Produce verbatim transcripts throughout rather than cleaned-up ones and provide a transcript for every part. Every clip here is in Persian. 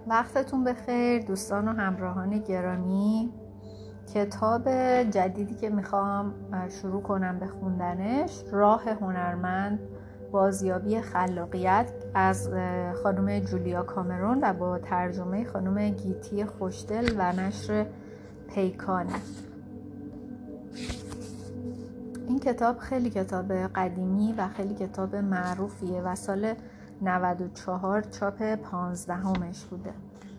وقتتون بخیر دوستان و همراهان گرامی. کتاب جدیدی که میخوام شروع کنم به خوندنش راه هنرمند، بازیابی خلاقیت از خانم جولیا کامرون و با ترجمه خانم گیتی خوشدل و نشر پیکانه. این کتاب خیلی کتاب قدیمی و خیلی کتاب معروفیه و سال نود و چهار چاپ پانزدهمش بوده.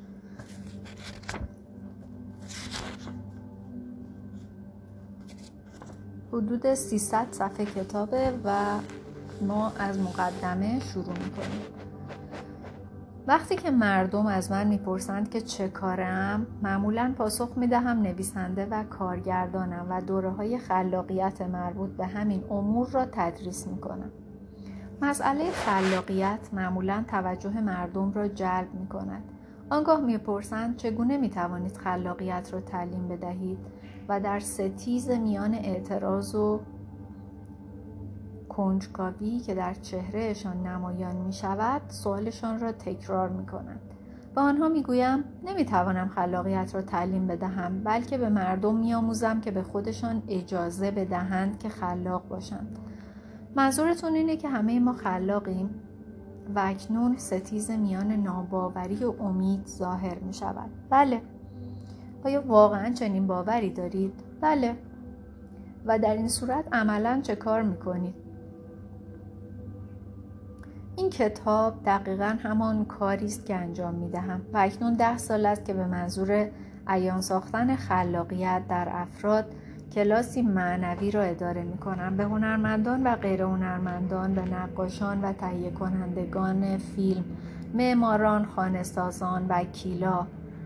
حدود سیصد صفحه کتابه و ما از مقدمه شروع میکنیم. وقتی که مردم از من میپرسند که چه کارم، معمولاً پاسخ میدهم نویسنده و کارگردانم و دوره‌های خلاقیت مربوط به همین امور را تدریس میکنم. مسئله خلاقیت معمولاً توجه مردم را جلب میکند. آنگاه میپرسند چگونه میتوانید خلاقیت را تعلیم بدهید و در ستیز میان اعتراض و کنجکاوی که در چهرهشان نمایان می شود سوالشان را تکرار می کنند. به آنها می گویم نمی توانم خلاقیت را تعلیم بدهم، بلکه به مردم می آموزم که به خودشان اجازه بدهند که خلاق باشند. منظورتون اینه که همه ما خلاقیم و اکنون ستیز میان ناباوری و امید ظاهر می شود. بله. آیا واقعا چنین باوری دارید؟ بله. و در این صورت عملاً چه کار می کنید؟ این کتاب دقیقاً همان کاری است که انجام می‌دهم و اکنون ده سال است که به منظور عیان ساختن خلاقیت در افراد کلاسی معنوی را اداره می‌کنم. به هنرمندان و غیر هنرمندان، به نقاشان و تهیه کنندگان فیلم، معماران، خانه‌سازان، وکیلا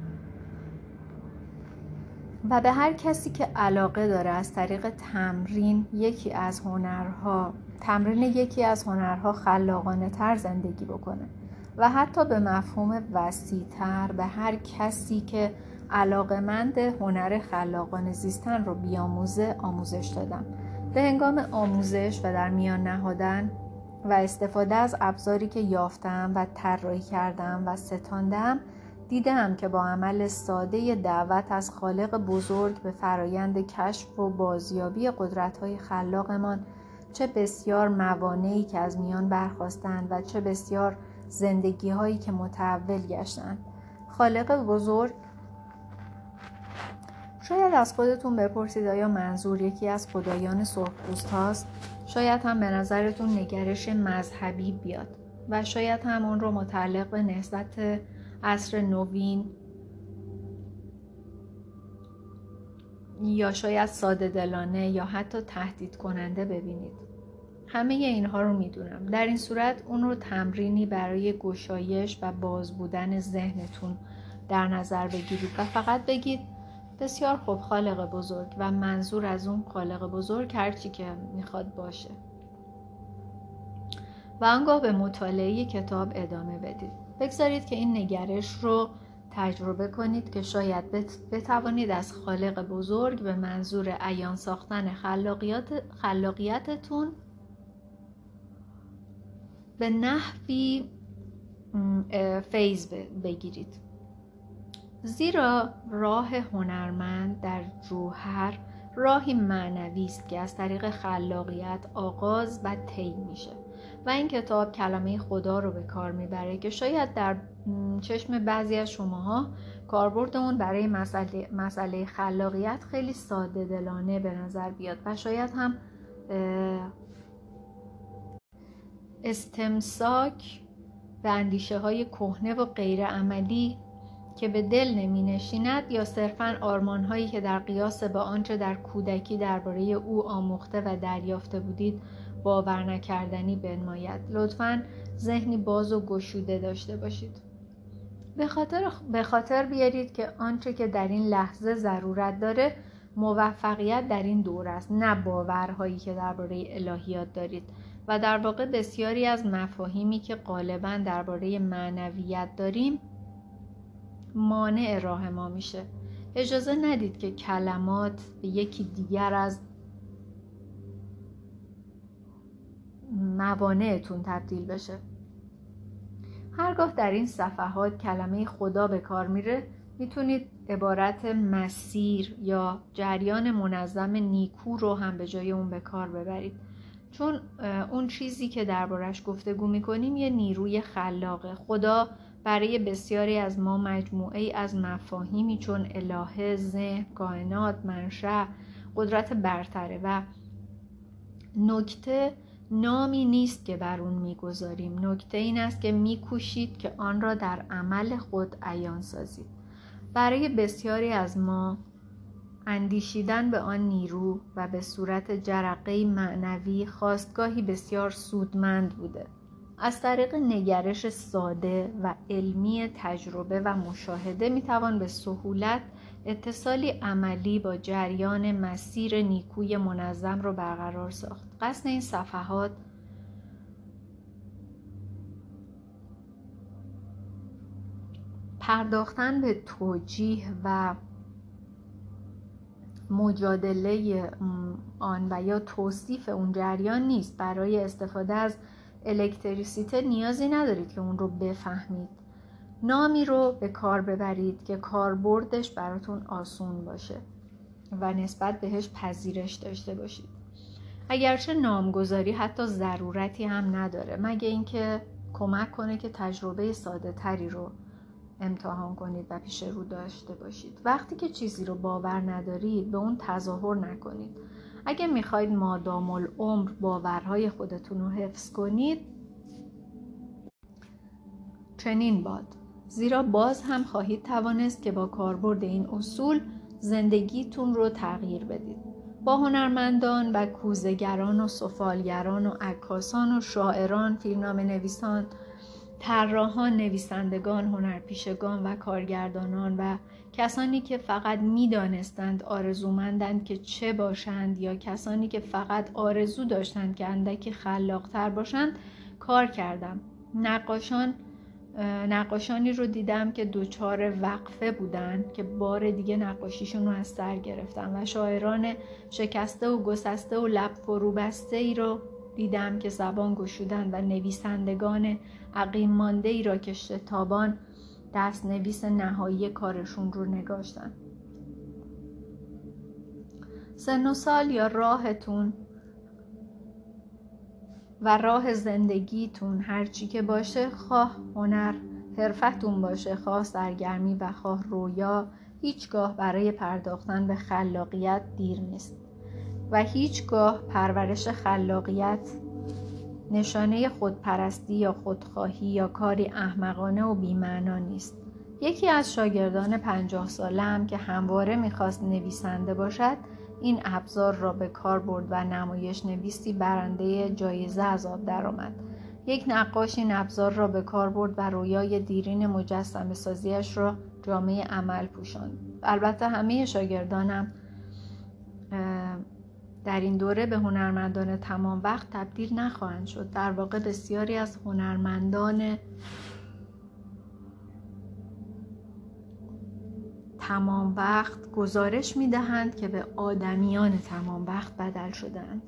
و به هر کسی که علاقه داره از طریق تمرین یکی از هنرها تمرین یکی از هنرها خلاقانه تر زندگی بکنه و حتی به مفهوم وسیع‌تر به هر کسی که علاقه‌مند هنر خلاقانه زیستن رو بیاموزه آموزش دادم. به هنگام آموزش و در میان نهادن و استفاده از ابزاری که یافتم و طراحی کردم و ستاندم، دیدم که با عمل ساده دعوت از خالق بزرگ به فرایند کشف و بازیابی قدرت‌های خلاقمان چه بسیار موانعی که از میان برخاستند و چه بسیار زندگی‌هایی که متحول گشتند. خالق بزرگ، شاید از خودتون بپرسید آیا منظور یکی از خدایان سرخپوست هاست؟ شاید هم به نظرتون نگرش مذهبی بیاد و شاید هم اون رو متعلق به نهضت عصر نوین یا شاید ساده دلانه یا حتی تهدید کننده ببینید. همه اینها رو میدونم. در این صورت اون رو تمرینی برای گشایش و باز بودن ذهنتون در نظر بگیرید و فقط بگید بسیار خوب خالق بزرگ و منظور از اون خالق بزرگ هرچی که میخواد باشه و آنگاه به مطالعه کتاب ادامه بدید. بگذارید که این نگرش رو تجربه کنید که شاید بتوانید از خالق بزرگ به منظور عیان ساختن خلاقیت خلاقیتتون به نحوی فیض بگیرید. زیرا راه هنرمند در جوهر راهی معنوی است که از طریق خلاقیت آغاز و طی میشه و این کتاب کلمه خدا رو به کار میبره که شاید در چشم بعضی از شماها کاربرد اون برای مسئله مسئله خلاقیت خیلی ساده دلانه به نظر بیاد و شاید هم استمساک به اندیشه های کهنه و غیر عملی که به دل نمی نشیند یا صرفاً آرمان هایی که در قیاس با آنچه در کودکی درباره او آموخته و دریافته بودید باور نکردنی بنماید. لطفاً ذهنی باز و گشوده داشته باشید. به خاطر به خاطر بیارید که آنچه که در این لحظه ضرورت داره موفقیت در این دور است، نه باورهایی که درباره الهیات دارید و در واقع بسیاری از مفاهیمی که غالباً درباره معنویت داریم مانع راه ما میشه. اجازه ندید که کلمات به یکی دیگر از موانعتون تبدیل بشه. هرگاه در این صفحات کلمه خدا به کار میره میتونید عبارت مسیر یا جریان منظم نیکو رو هم به جای اون به کار ببرید، چون اون چیزی که دربارش گفتگو میکنیم یه نیروی خلاقه. خدا برای بسیاری از ما مجموعه از مفاهیمی چون الهه، ذهن، کائنات، منشأ، قدرت برتره و نکته نامی نیست که بر اون میگذاریم. نکته این است که میکوشید که آن را در عمل خود عیان سازید. برای بسیاری از ما اندیشیدن به آن نیرو و به صورت جرقه‌ای معنوی خواستگاهی بسیار سودمند بوده. از طریق نگرش ساده و علمی تجربه و مشاهده میتوان به سهولت اتصالی عملی با جریان مسیر نیکوی منظم رو برقرار ساخت. قصد این صفحات پرداختن به توجیه و مجادله آن و یا توصیف اون جریان نیست. برای استفاده از الکتریسیته نیازی ندارید که اون رو بفهمید. نامی رو به کار ببرید که کاربردش براتون آسون باشه و نسبت بهش پذیرش داشته باشید. اگرچه نامگذاری حتی ضرورتی هم نداره، مگه اینکه کمک کنه که تجربه ساده تری رو امتحان کنید و پیش رو داشته باشید. وقتی که چیزی رو باور ندارید به اون تظاهر نکنید. اگه میخواید مادام العمر باورهای خودتون رو حفظ کنید چنین باد، زیرا باز هم خواهید توانست که با کاربرد این اصول زندگیتون رو تغییر بدید. با هنرمندان و کوزه‌گران و سفالگران و عکاسان و شاعران، فیلمنامه نویسان، طراحان، نویسندگان، هنرپیشگان و کارگردانان و کسانی که فقط می‌دانستند آرزومندند که چه باشند یا کسانی که فقط آرزو داشتند که اندکی خلاق‌تر باشند کار کردم. نقاشان نقاشانی رو دیدم که دوچار وقفه بودن که بار دیگه نقاشیشون رو از سر گرفتن و شاعران شکسته و گسسته و لب فرو بسته ای رو دیدم که زبان گشودن و نویسندگان عقیم مانده ای را که شتابان دست نویس نهایی کارشون رو نگاشتن. سن و سال یا راهتون و راه زندگیتون هرچی که باشه، خواه هنر حرفتون باشه، خواه سرگرمی و خواه رویا، هیچگاه برای پرداختن به خلاقیت دیر نیست و هیچگاه پرورش خلاقیت نشانه خودپرستی یا خودخواهی یا کاری احمقانه و بی‌معنا نیست. یکی از شاگردان پنجاه ساله‌ام که همواره می‌خواست نویسنده باشد این ابزار را به کار برد و نمایش نویسی برنده جایزه از آب درآمد. یک نقاش این ابزار را به کار برد و رویای دیرین مجسمه سازیش را جامعه عمل پوشاند. البته همه شاگردانم در این دوره به هنرمندان تمام وقت تبدیل نخواهند شد. در واقع بسیاری از هنرمندان تمام وقت گزارش می‌دهند که به آدمیان تمام وقت بدل شدند.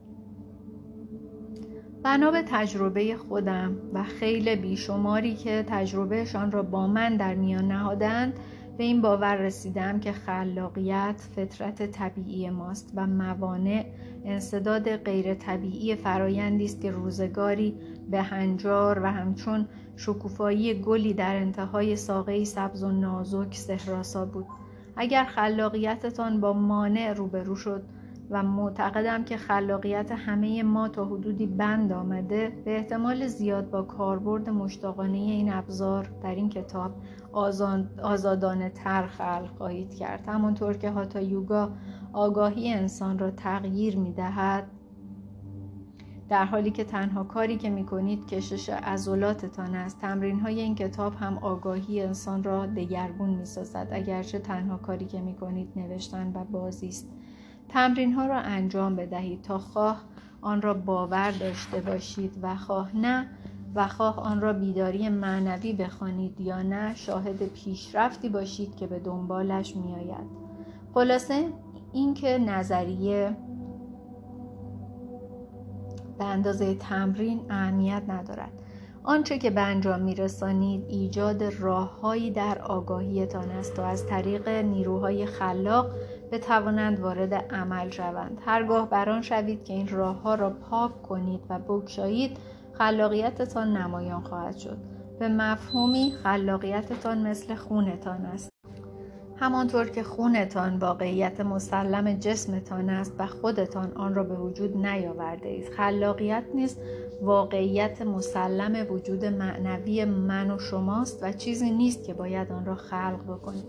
بنا به تجربه خودم و خیلی بیشماری که تجربهشان را با من در میان نهادند به این باور رسیدم که خلاقیت فطرت طبیعی ماست و موانع انسداد غیر طبیعی فرایندی است که روزگاری به هنجار و همچون شکوفایی گلی در انتهای ساقه‌ای سبز و نازک صحراسا بود. اگر خلاقیتتان با مانع روبرو شد و معتقدم که خلاقیت همه ما تا حدودی بند آمده، به احتمال زیاد با کاربرد مشتاقانه این ابزار در این کتاب آزادانه تر خلق خواهید کرد. همونطور که هاتا یوگا آگاهی انسان را تغییر می دهد، در حالی که تنها کاری که می کنید کشش عضلاتتان است، تمرین های این کتاب هم آگاهی انسان را دگرگون می سازد، اگرچه تنها کاری که می کنید نوشتن و بازی است. تمرین ها را انجام بدهید تا خواه آن را باور داشته باشید و خواه نه و خواه آن را بیداری معنوی بخوانید یا نه، شاهد پیشرفتی باشید که به دنبالش می آید. خلاصه این که نظریه به اندازه تمرین اهمیت ندارد. آنچه که به انجام می‌رسانید ایجاد راه‌هایی در آگاهیتان است تا از طریق نیروهای خلاق بتوانند وارد عمل شوند. هرگاه بران شوید که این راه‌ها را پاک کنید و بگشایید، خلاقیتتان نمایان خواهد شد. به مفهومی خلاقیتتان مثل خونتان است. همانطور که خونتان واقعیت مسلم جسمتان است و خودتان آن را به وجود نیاورده اید، خلاقیت نیز واقعیت مسلم وجود معنوی من و شماست و چیزی نیست که باید آن را خلق بکنید.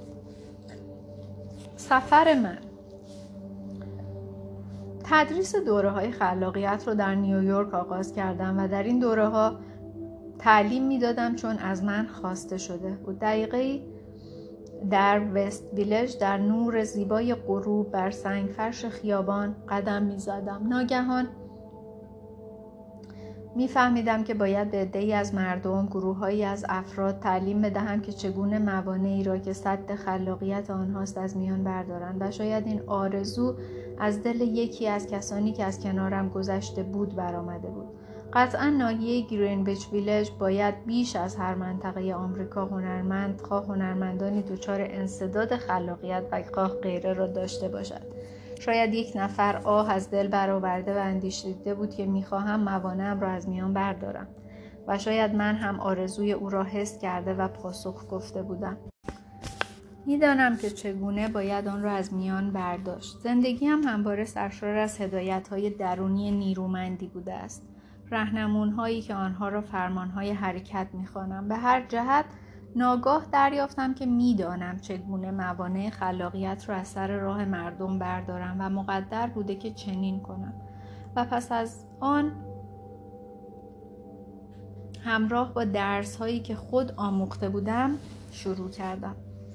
سفر من تدریس دوره‌های خلاقیت رو در نیویورک آغاز کردم و در این دوره‌ها تعلیم می‌دادم چون از من خواسته شده بود. دقیقاً در وست ویلج در نور زیبای غروب بر سنگفرش خیابان قدم می‌زدم. ناگهان می‌فهمیدم که باید به عده‌ای از مردم، گروه‌هایی از افراد تعلیم بدهم که چگونه موانعی را که سد خلاقیت آنهاست از میان بردارند و شاید این آرزو از دل یکی از کسانی که از کنارم گذشته بود برآمده بود. قطعاً ناحیه گرینویچ ویلج باید بیش از هر منطقه آمریکا هنرمند، خواه هنرمندانی دچار انسداد خلاقیت و خواه غیره را داشته باشد. شاید یک نفر آه از دل برآورده و اندیشیده بود که می‌خواهم موانعم را از میان بردارم و شاید من هم آرزوی او را حس کرده و پاسخ گفته بودم. می‌دانم که چگونه باید آن را از میان برداشت. زندگی هم همواره سرشار از هدایت‌های درونی نیرومندی بوده است. راهنمون‌هایی که آنها را فرمان‌های حرکت می‌خوانم. به هر جهت ناگاه دریافتم که می‌دانم چگونه موانع خلاقیت را از سر راه مردم بردارم و مقدر بوده که چنین کنم. و پس از آن همراه با درس‌هایی که خود آموخته بودم شروع کردم.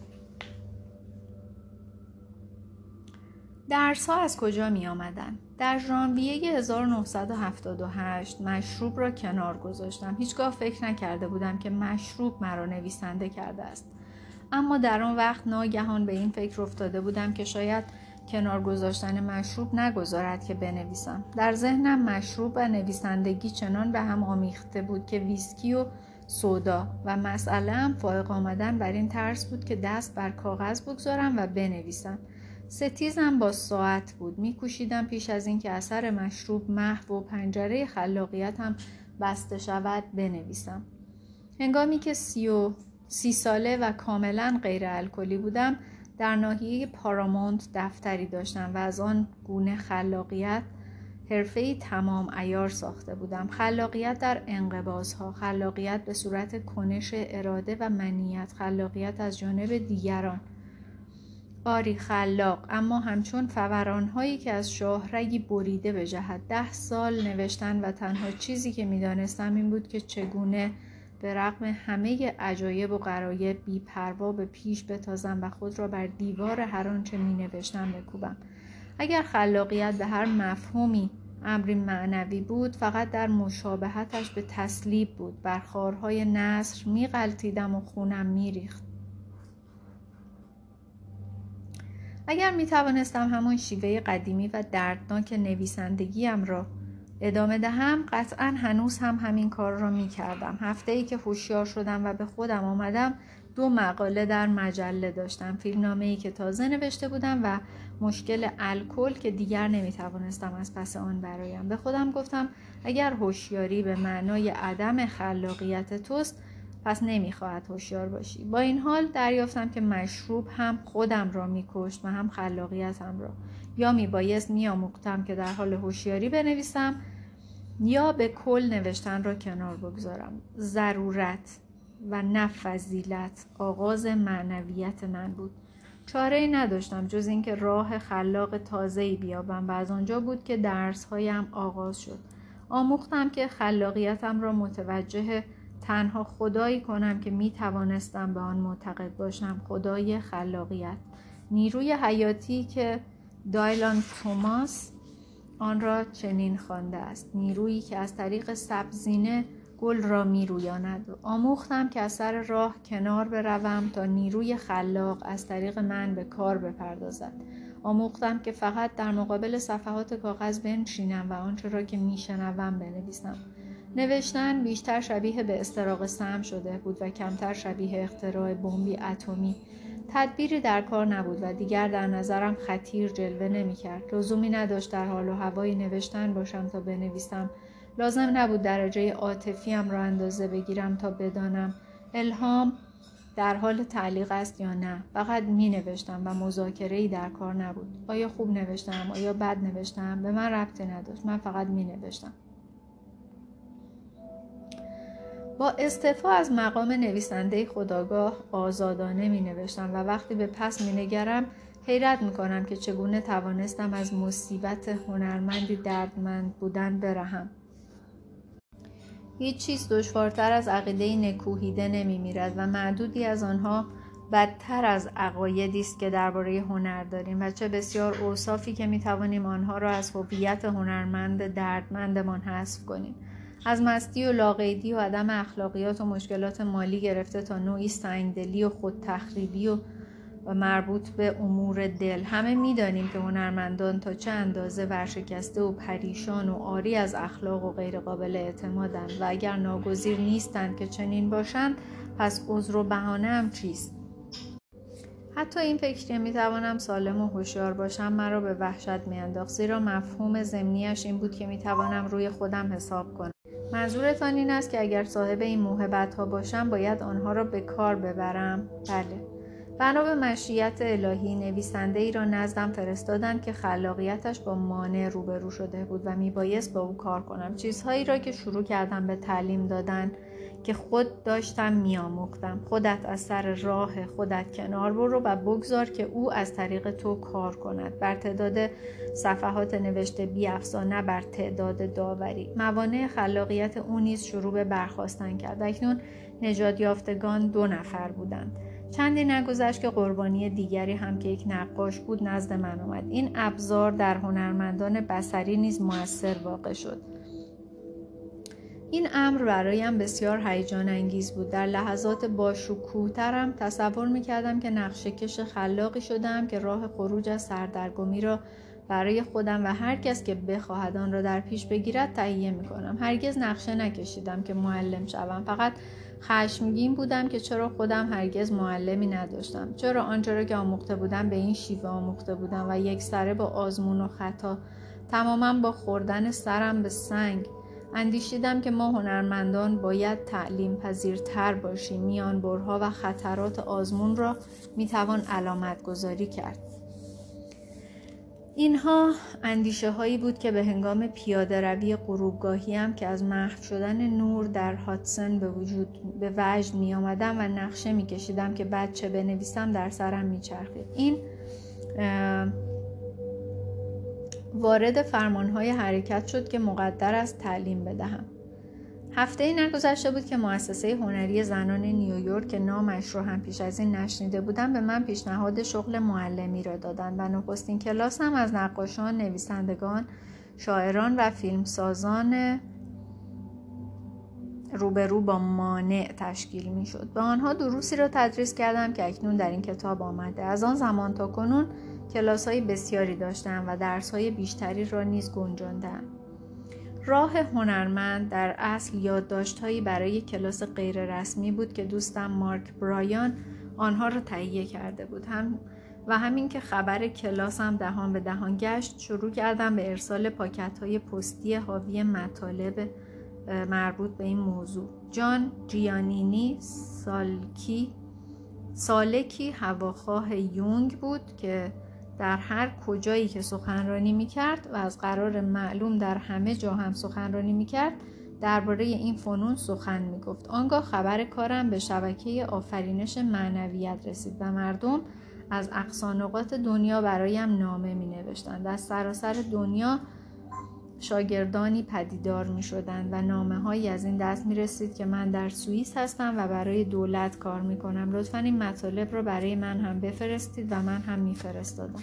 درس‌ها از کجا می آمدن؟ در ژانویه هزار و نهصد و هفتاد و هشت مشروب را کنار گذاشتم. هیچگاه فکر نکرده بودم که مشروب مرا نویسنده کرده است. اما در آن وقت ناگهان به این فکر افتاده بودم که شاید کنار گذاشتن مشروب نگذارد که بنویسم. در ذهنم مشروب و نویسندگی چنان به هم آمیخته بود که ویسکی و سودا و مسئله‌ام فائق آمدن بر این ترس بود که دست بر کاغذ بگذارم و بنویسم. ستیزم با ساعت بود. می‌کوشیدم پیش از این که اثر مشروب محو و پنجره خلاقیتم بسته شود بنویسم. هنگامی که سی و سی ساله و کاملا غیر الکلی بودم، در ناحیه پارامونت دفتری داشتم و از آن گونه خلاقیت حرفه‌ای تمام عیار ساخته بودم. خلاقیت در انقباض‌ها، خلاقیت به صورت کنش اراده و منیت، خلاقیت از جانب دیگران. آری خلاق، اما همچون فوران‌هایی که از شاهرگی بریده به جهت. ده سال نوشتن و تنها چیزی که می‌دانستم این بود که چگونه به رغم همه عجایب و غرایب بی پروا به پیش بتازم و خود را بر دیوار هر آنچه می‌نوشتم بکوبم. اگر خلاقیت به هر مفهومی امری معنوی بود، فقط در مشابهتش به تسلیب بود. بر خارهای نثر می‌غلتیدم و خونم می‌ریخت. اگر می توانستم همان شیوه قدیمی و دردناک نویسندگیم را ادامه دهم، قطعاً هنوز هم همین کار را می کردم. هفته‌ای که هوشیار شدم و به خودم آمدم، دو مقاله در مجله داشتم، فیلمنامه‌ای که تازه نوشته بودم و مشکل الکل که دیگر نمی توانستم از پس آن برایم. به خودم گفتم اگر هوشیاری به معنای عدم خلاقیت توست، پس نمیخواهد هوشیار باشی. با این حال دریافتم که مشروب هم خودم را میکشت و هم خلاقیتم را. یا میبایست میآموختم که در حال هوشیاری بنویسم یا به کل نوشتن را کنار بگذارم. ضرورت و نه فضیلت آغاز معنویت من بود. چاره‌ای نداشتم جز اینکه راه خلاق تازه‌ای بیابم و از آنجا بود که درس‌هایم آغاز شد. آموختم که خلاقیتم را متوجه تنها خدایی کنم که می توانستم به آن معتقد باشم، خدای خلاقیت، نیروی حیاتی که دایلان توماس آن را چنین خوانده است: نیرویی که از طریق سبزینه گل را می رویاند. آموختم که از سر راه کنار بروم تا نیروی خلاق از طریق من به کار بپردازد. آموختم که فقط در مقابل صفحات کاغذ بنشینم و آنچه را که می شنوم بنویسم. نوشتن بیشتر شبیه به استراق سم شده بود و کمتر شبیه اختراع بمبی اتمی. تدبیری در کار نبود و دیگر در نظرم خطیر جلوه نمی کرد. لزومی نداشت در حال و هوای نوشتن باشم تا بنویسم. لازم نبود درجه عاطفیم را اندازه بگیرم تا بدانم الهام در حال تعلیق است یا نه. فقط می نوشتم و مذاکره‌ای در کار نبود. آیا خوب نوشتم؟ آیا بد نوشتم؟ به من ربطی نداشت. من فقط می نوشتم. با استعفا از مقام نویسنده خودآگاه آزادانه می نوشتم و وقتی به پس می نگرم حیرت می کنم که چگونه توانستم از مصیبت هنرمندی دردمند بودن برهم. هیچ چیز دشوارتر از عقیده نکوهیده نمی میرد و معدودی از آنها بدتر از عقایدی است که درباره هنر داریم و چه بسیار اوصافی که می توانیم آنها را از هویت هنرمند دردمندمان حذف کنیم. از مستی و لاقیدی و عدم اخلاقیات و مشکلات مالی گرفته تا نوعی سنگدلی و خودتخریبی و مربوط به امور دل. همه می‌دانیم که هنرمندان تا چه اندازه ورشکسته و پریشان و عاری از اخلاق و غیر قابل اعتمادند و اگر ناگزیر نیستند که چنین باشند پس عذر و بهانه هم چیست؟ حتی این فکر که میتوانم سالم و هوشیار باشم مرا به وحشت میانداخت، زیرا مفهوم ضمنیش این بود که میتوانم روی خودم حساب کنم. منظورتان این است که اگر صاحب این موهبت‌ها باشم باید آنها را به کار ببرم؟ بله. بنا به مشیت الهی نویسنده ای را نزدم فرستادند که خلاقیتش با مانع روبرو شده بود و میبایست با او کار کنم. چیزهایی را که شروع کردم به تعلیم دادن که خود داشتم میآموختم. خودت از سر راه خودت کنار برو و بگذار که او از طریق تو کار کند. بر تعداد صفحات نوشته بیفزا، نه بر تعداد داوری. موانع خلاقیت او نیز شروع به برخاستن کرد. اکنون نجات یافتگان دو نفر بودند. چندی نگذشت که قربانی دیگری هم که یک نقاش بود نزد من آمد. این ابزار در هنرمندان بصری نیز مؤثر واقع شد. این امر برایم بسیار هیجان انگیز بود. در لحظات باشکوه‌ترم تصور می‌کردم که نقشه‌کش خلاقی شدم که راه خروج از سردرگمی را برای خودم و هر کس که بخواهد آن را در پیش بگیرد تهیه می‌کنم. هرگز نقشه نکشیدم که معلم شوم. فقط خشمگین بودم که چرا خودم هرگز معلمی نداشتم. چرا آنچه را که آموخته بودم به این شیوه آموخته بودم و یک سره با آزمون و خطا، تماماً با خوردن سرم به سنگ. اندیشیدم که ما هنرمندان باید تعلیم پذیرتر باشیم. میانبرها و خطرات آزمون را میتوان علامت گذاری کرد. اینها اندیشه هایی بود که به هنگام پیاده روی غروبگاهی هم که از محو شدن نور در هاتسن به وجود به وجد می آمدم و نقشه می کشیدم که بعد چه بنویسم در سرم می چرخید. این وارد فرمانهای حرکت شد که مقدر است تعلیم بدهم. هفته‌ای نگذشته بود که مؤسسه هنری زنان نیویورک که نامش را هم پیش از این نشنیده بودم به من پیشنهاد شغل معلمی را دادند و نخستین کلاس هم از نقاشان، نویسندگان، شاعران و فیلمسازان روبرو با مانع تشکیل می شد. به آنها دروسی را تدریس کردم که اکنون در این کتاب آمده. از آن زمان تا کنون کلاس‌های بسیاری داشتم و درس‌های بیشتری را نیز گنجاندم. راه هنرمند در اصل یادداشت‌هایی برای کلاس غیر رسمی بود که دوستم مارک برایان آنها را تهیه کرده بود. هم و همین که خبر کلاسم دهان به دهان گشت، شروع کردم به ارسال پاکت‌های پستی حاوی مطالب مربوط به این موضوع. جان جیانینی سالکی سالکی هواخواه یونگ بود که در هر کجایی که سخنرانی می‌کرد و از قرار معلوم در همه جا هم سخنرانی می‌کرد درباره این فنون سخن می‌گفت. آنگاه خبر کارم به شبکه آفرینش معنویت رسید و مردم از اقصا نقاط دنیا برایم نامه می‌نوشتند. از سراسر دنیا شاگردانی پدیدار می‌شدند و نامه‌هایی از این دست می‌رسید که من در سوئیس هستم و برای دولت کار می‌کنم. لطفاً این مطالب را برای من هم بفرستید و من هم می‌فرستادم.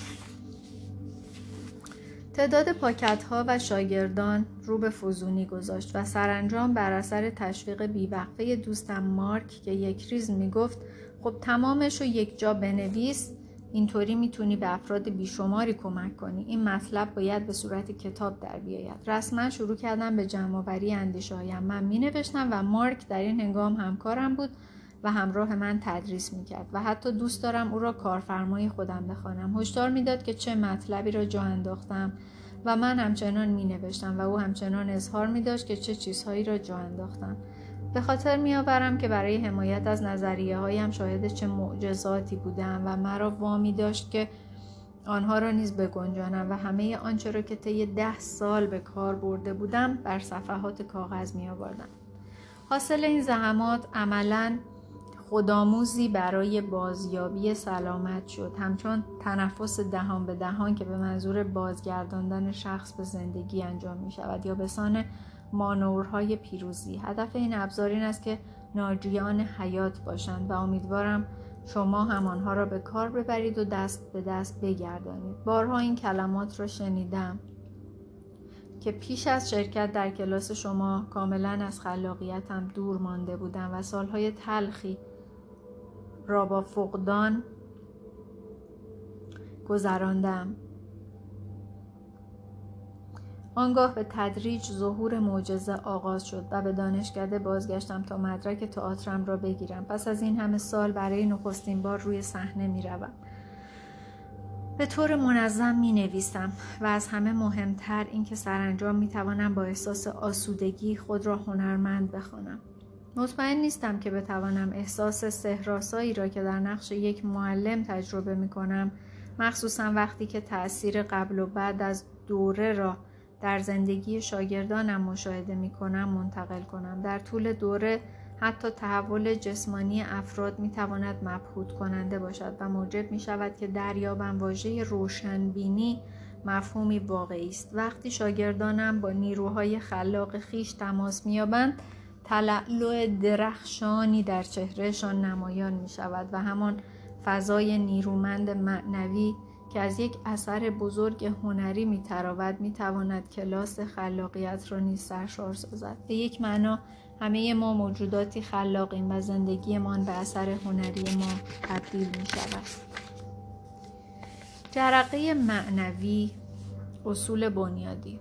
تعداد پاکت‌ها و شاگردان رو به فزونی گذاشت و سرانجام بر اثر تشویق بیوقفه دوستم مارک که یک ریز می‌گفت خب تمامش رو یک جا بنویس، اینطوری میتونی به افراد بیشماری کمک کنی. این مطلب باید به صورت کتاب در بیاید. رسما شروع کردم به جمع‌آوری اندیشه‌هایم. من مینوشتم و مارک در این هنگام همکارم بود و همراه من تدریس میکرد و حتی دوست دارم او را کارفرمای خودم بخوانم. هشدار میداد که چه مطلبی را جا انداختم و من همچنان مینوشتم و او همچنان اظهار میداشت که چه چیزهایی را جا انداختم. به خاطر میآورم که برای حمایت از نظریه هایم شاهد چه معجزاتی بودم و مرا وامی داشت که آنها را نیز بگنجانم و همه آنچه را که طی ده سال به کار برده بودم بر صفحات کاغذ می آوردم. حاصل این زحمات عملاً خودآموزی برای بازیابی سلامت شد، همچون تنفس دهان به دهان که به منظور بازگرداندن شخص به زندگی انجام می شود یا به سان مانورهای پیروزی. هدف این ابزار این است که ناجیان حیات باشند و امیدوارم شما هم آنها را به کار ببرید و دست به دست بگردانید. بارها این کلمات را شنیدم که پیش از شرکت در کلاس شما کاملا از خلاقیتم دور مانده بودم و سالهای تلخی را با فقدان گذراندم. آنگاه به تدریج ظهور معجزه آغاز شد و به دانشکده بازگشتم تا مدرک تئاترم را بگیرم. پس از این همه سال برای نخستین بار روی صحنه می روم. به طور منظم می نویسم و از همه مهمتر این که سرانجام می توانم با احساس آسودگی خود را هنرمند بخوانم. مطمئن نیستم که بتوانم احساس سحرآسایی را که در نقش یک معلم تجربه می کنم، مخصوصا وقتی که تأثیر قبل و بعد از دوره را در زندگی شاگردانم مشاهده می کنم منتقل کنم. در طول دوره حتی تحول جسمانی افراد می تواند مبهوت کننده باشد و موجب می شود که دریابم واژه روشنبینی مفهومی واقعی است. وقتی شاگردانم با نیروهای خلاق خیش تماس می یابند، تلألؤ درخشانی در چهرهشان نمایان می شود و همان فضای نیرومند معنوی که از یک اثر بزرگ هنری می تراود می تواند کلاس خلاقیت را نیز سرشار سازد. به یک معنا همه ما موجوداتی خلاقیم و زندگیمان به اثر هنری ما تبدیل می شود. جرقه معنوی، اصول بنیادی.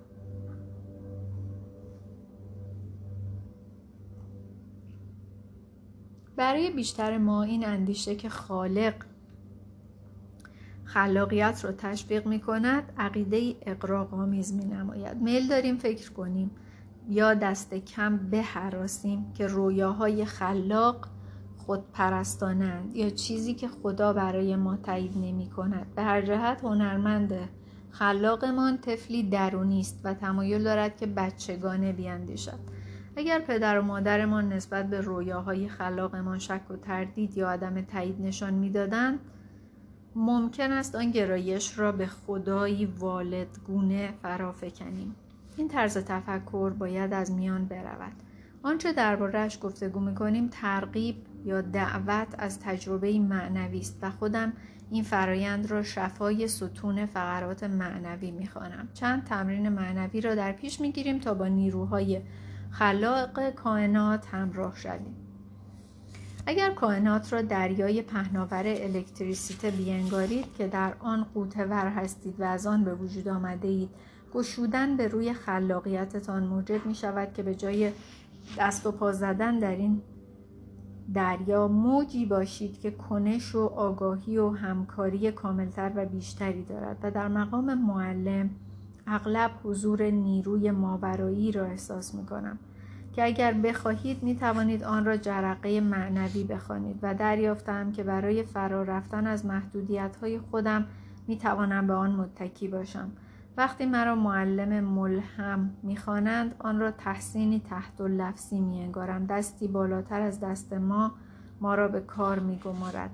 برای بیشتر ما این اندیشه که خالق خلاقیت را تشویق می کند عقیده‌ای اغراق‌آمیز می نماید. میل داریم فکر کنیم یا دست کم بهراسیم که رویاهای خلاق خودپرستانند یا چیزی که خدا برای ما تایید نمی کند. به هر جهت هنرمند خلاقمان طفلی درونی است و تمایل دارد که بچگانه بیاندیشد. اگر پدر و مادرمان نسبت به رویاهای خلاقمان شک و تردید یا عدم تایید نشان می‌دادند، ممکن است آن گرایش را به خدایی والدگونه فرافکنیم. این طرز تفکر باید از میان برود. آنچه درباره‌اش گفتگو می‌کنیم ترغیب یا دعوت از تجربه معنوی است و خودم این فرایند را شفای ستون فقرات معنوی می‌خوانم. چند تمرین معنوی را در پیش می‌گیریم تا با نیروهای خلاق کائنات همراه شویم. اگر کائنات را دریای پهناور الکتریسیته بینگارید که در آن غوطه‌ور هستید و از آن به وجود آمده اید، گشودن به روی خلاقیتتان موجب می شود که به جای دست و پا زدن در این دریا موجی باشید که کنش و آگاهی و همکاری کاملتر و بیشتری دارد و در مقام معلم اغلب حضور نیروی ماورایی را احساس می کنم که اگر بخواهید می توانید آن را جرقه معنوی بخوانید و دریافتم که برای فرار رفتن از محدودیت‌های خودم می توانم به آن متکی باشم. وقتی مرا معلم ملهم می خوانند آن را تحسینی تحت اللفظی می انگارم. دستی بالاتر از دست ما ما را به کار می گمارد.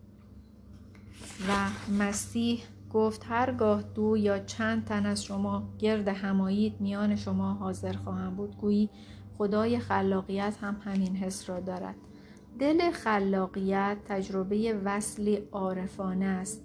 و مسیح گفت هرگاه دو یا چند تن از شما گرد همایید میان شما حاضر خواهم بود. گویی خدای خلاقیت هم همین حس را دارد. دل خلاقیت تجربه وصلی عارفانه است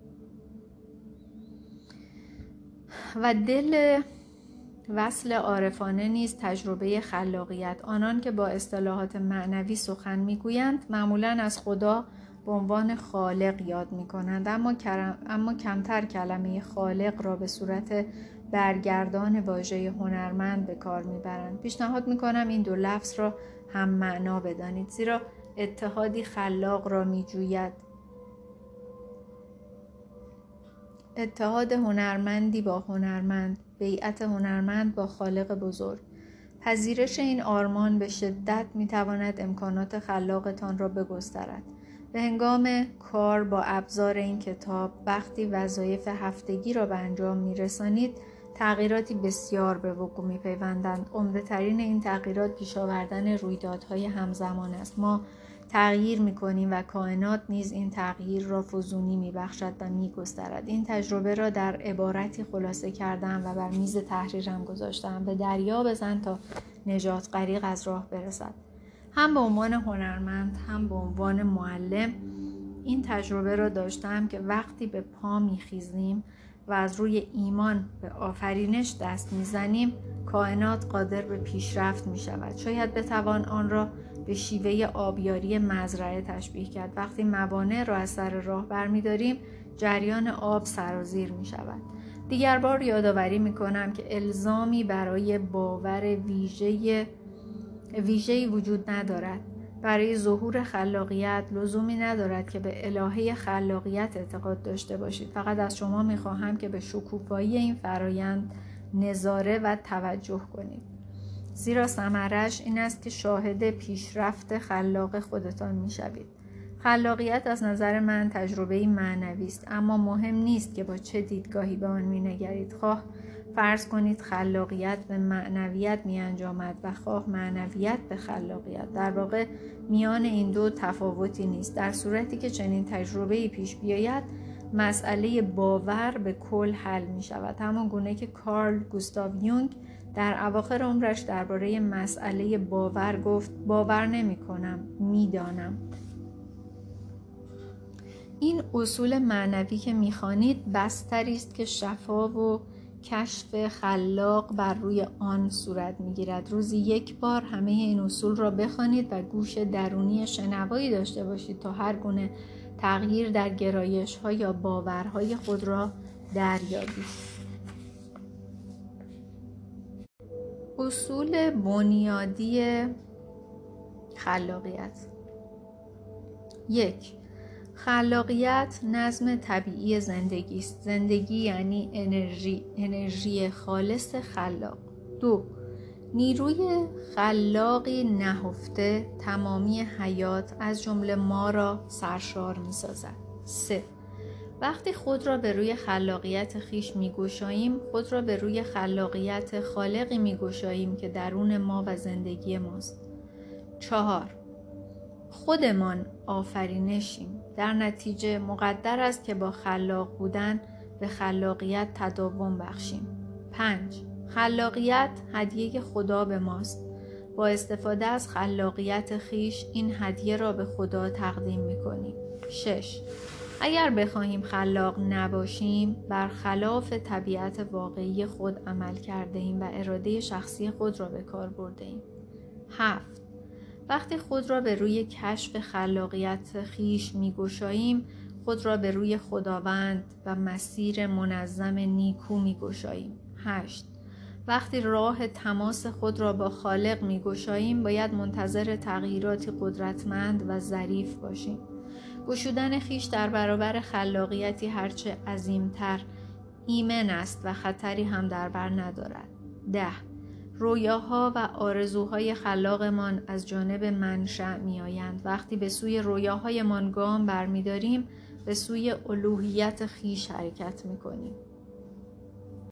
و دل وصل عارفانه نیز تجربه خلاقیت. آنان که با اصطلاحات معنوی سخن میگویند معمولاً از خدا به عنوان خالق یاد می‌کنند، اما اما کمتر کلمه خالق را به صورت برگردان واژه هنرمند به کار می‌برند. پیشنهاد می‌کنم این دو لفظ را هم معنا بدانید، زیرا اتحادی خلاق را می‌جوید. اتحاد هنرمندی با هنرمند، بیعت هنرمند با خالق بزرگ. پذیرش این آرمان به شدت می‌تواند امکانات خلاقتان را بگسترد. به هنگام کار با ابزار این کتاب، وقتی وظایف هفتگی را به انجام می‌رسانید، تغییراتی بسیار به وقوع می‌پیوندند. عمده‌ترین این تغییرات پیش آوردن رویدادهای همزمان است. ما تغییر می‌کنیم و کائنات نیز این تغییر را فزونی می‌بخشد و می‌گسترد. این تجربه را در عبارتی خلاصه کردم و بر میز تحریرم گذاشتم: به دریا بزن تا نجات غریق از راه برسد. هم به عنوان هنرمند، هم به عنوان معلم این تجربه را داشتم که وقتی به پا می‌خیزیم و از روی ایمان به آفرینش دست می‌زنیم، کائنات قادر به پیشرفت می‌شود. شاید بتوان آن را به شیوه آبیاری مزرعه تشبیه کرد. وقتی موانع را از سر راه برمی‌داریم، جریان آب سرازیر می‌شود. دیگر بار یادآوری می‌کنم که الزامی برای باور ویژه ویژه‌ای وجود ندارد. برای ظهور خلاقیت لزومی ندارد که به الهه خلاقیت اعتقاد داشته باشید. فقط از شما می‌خواهم که به شکوفایی این فرایند نظاره و توجه کنید، زیرا ثمرش این است که شاهد پیشرفت خلاق خودتان می‌شوید. خلاقیت از نظر من تجربه‌ای معنوی است، اما مهم نیست که با چه دیدگاهی به آن می‌نگرید. خواه فرض کنید خلاقیت به معنویت می‌انجامد و خواه معنویت به خلاقیت. در واقع میان این دو تفاوتی نیست. در صورتی که چنین تجربه‌ای پیش بیاید، مسئله باور به کل حل می‌شود، همان گونه که کارل گوستاو یونگ در اواخر عمرش درباره مسئله باور گفت: باور نمی‌کنم، می‌دانم. این اصول معنوی که می‌خوانید بستری است که شفا و کشف خلاق بر روی آن صورت می‌گیرد. روزی یک بار همه این اصول را بخوانید و گوش درونی شنوایی داشته باشید تا هر گونه تغییر در گرایش‌ها یا باورهای خود را دریابید. اصول بنیادی خلاقیت: یک، خلاقیت نظم طبیعی زندگی است. زندگی یعنی انرژی، انرژی خالص خلاق. دو، نیروی خلاقی نهفته تمامی حیات از جمله ما را سرشار می‌سازد. سه، وقتی خود را به روی خلاقیت خویش می‌گشاییم، خود را به روی خلاقیت خالقی می‌گشاییم که درون ما و زندگی ماست. چهار، خودمان آفرینشیم. در نتیجه مقدر است که با خلاق بودن به خلاقیت تداوم بخشیم. پنج، خلاقیت هدیه خدا به ماست. با استفاده از خلاقیت خویش این هدیه را به خدا تقدیم می‌کنیم. شش، اگر بخواهیم خلاق نباشیم، برخلاف طبیعت واقعی خود عمل کرده ایم و اراده شخصی خود را به کار برده ایم. هفت، وقتی خود را به روی کشف خلاقیت خویش می‌گشاییم، خود را به روی خداوند و مسیر منظم نیکو می‌گشاییم. هشت، وقتی راه تماس خود را با خالق می‌گشاییم، باید منتظر تغییراتی قدرتمند و ظریف باشیم. گشودن خویش در برابر خلاقیتی هرچه عظیمتر ایمن است و خطری هم در بر ندارد. ده، رویاها و آرزوهای خلاقمان از جانب منشأ می آیند. وقتی به سوی رویاهایمان گام برمی‌داریم، به سوی الوهیت خویش حرکت می کنیم.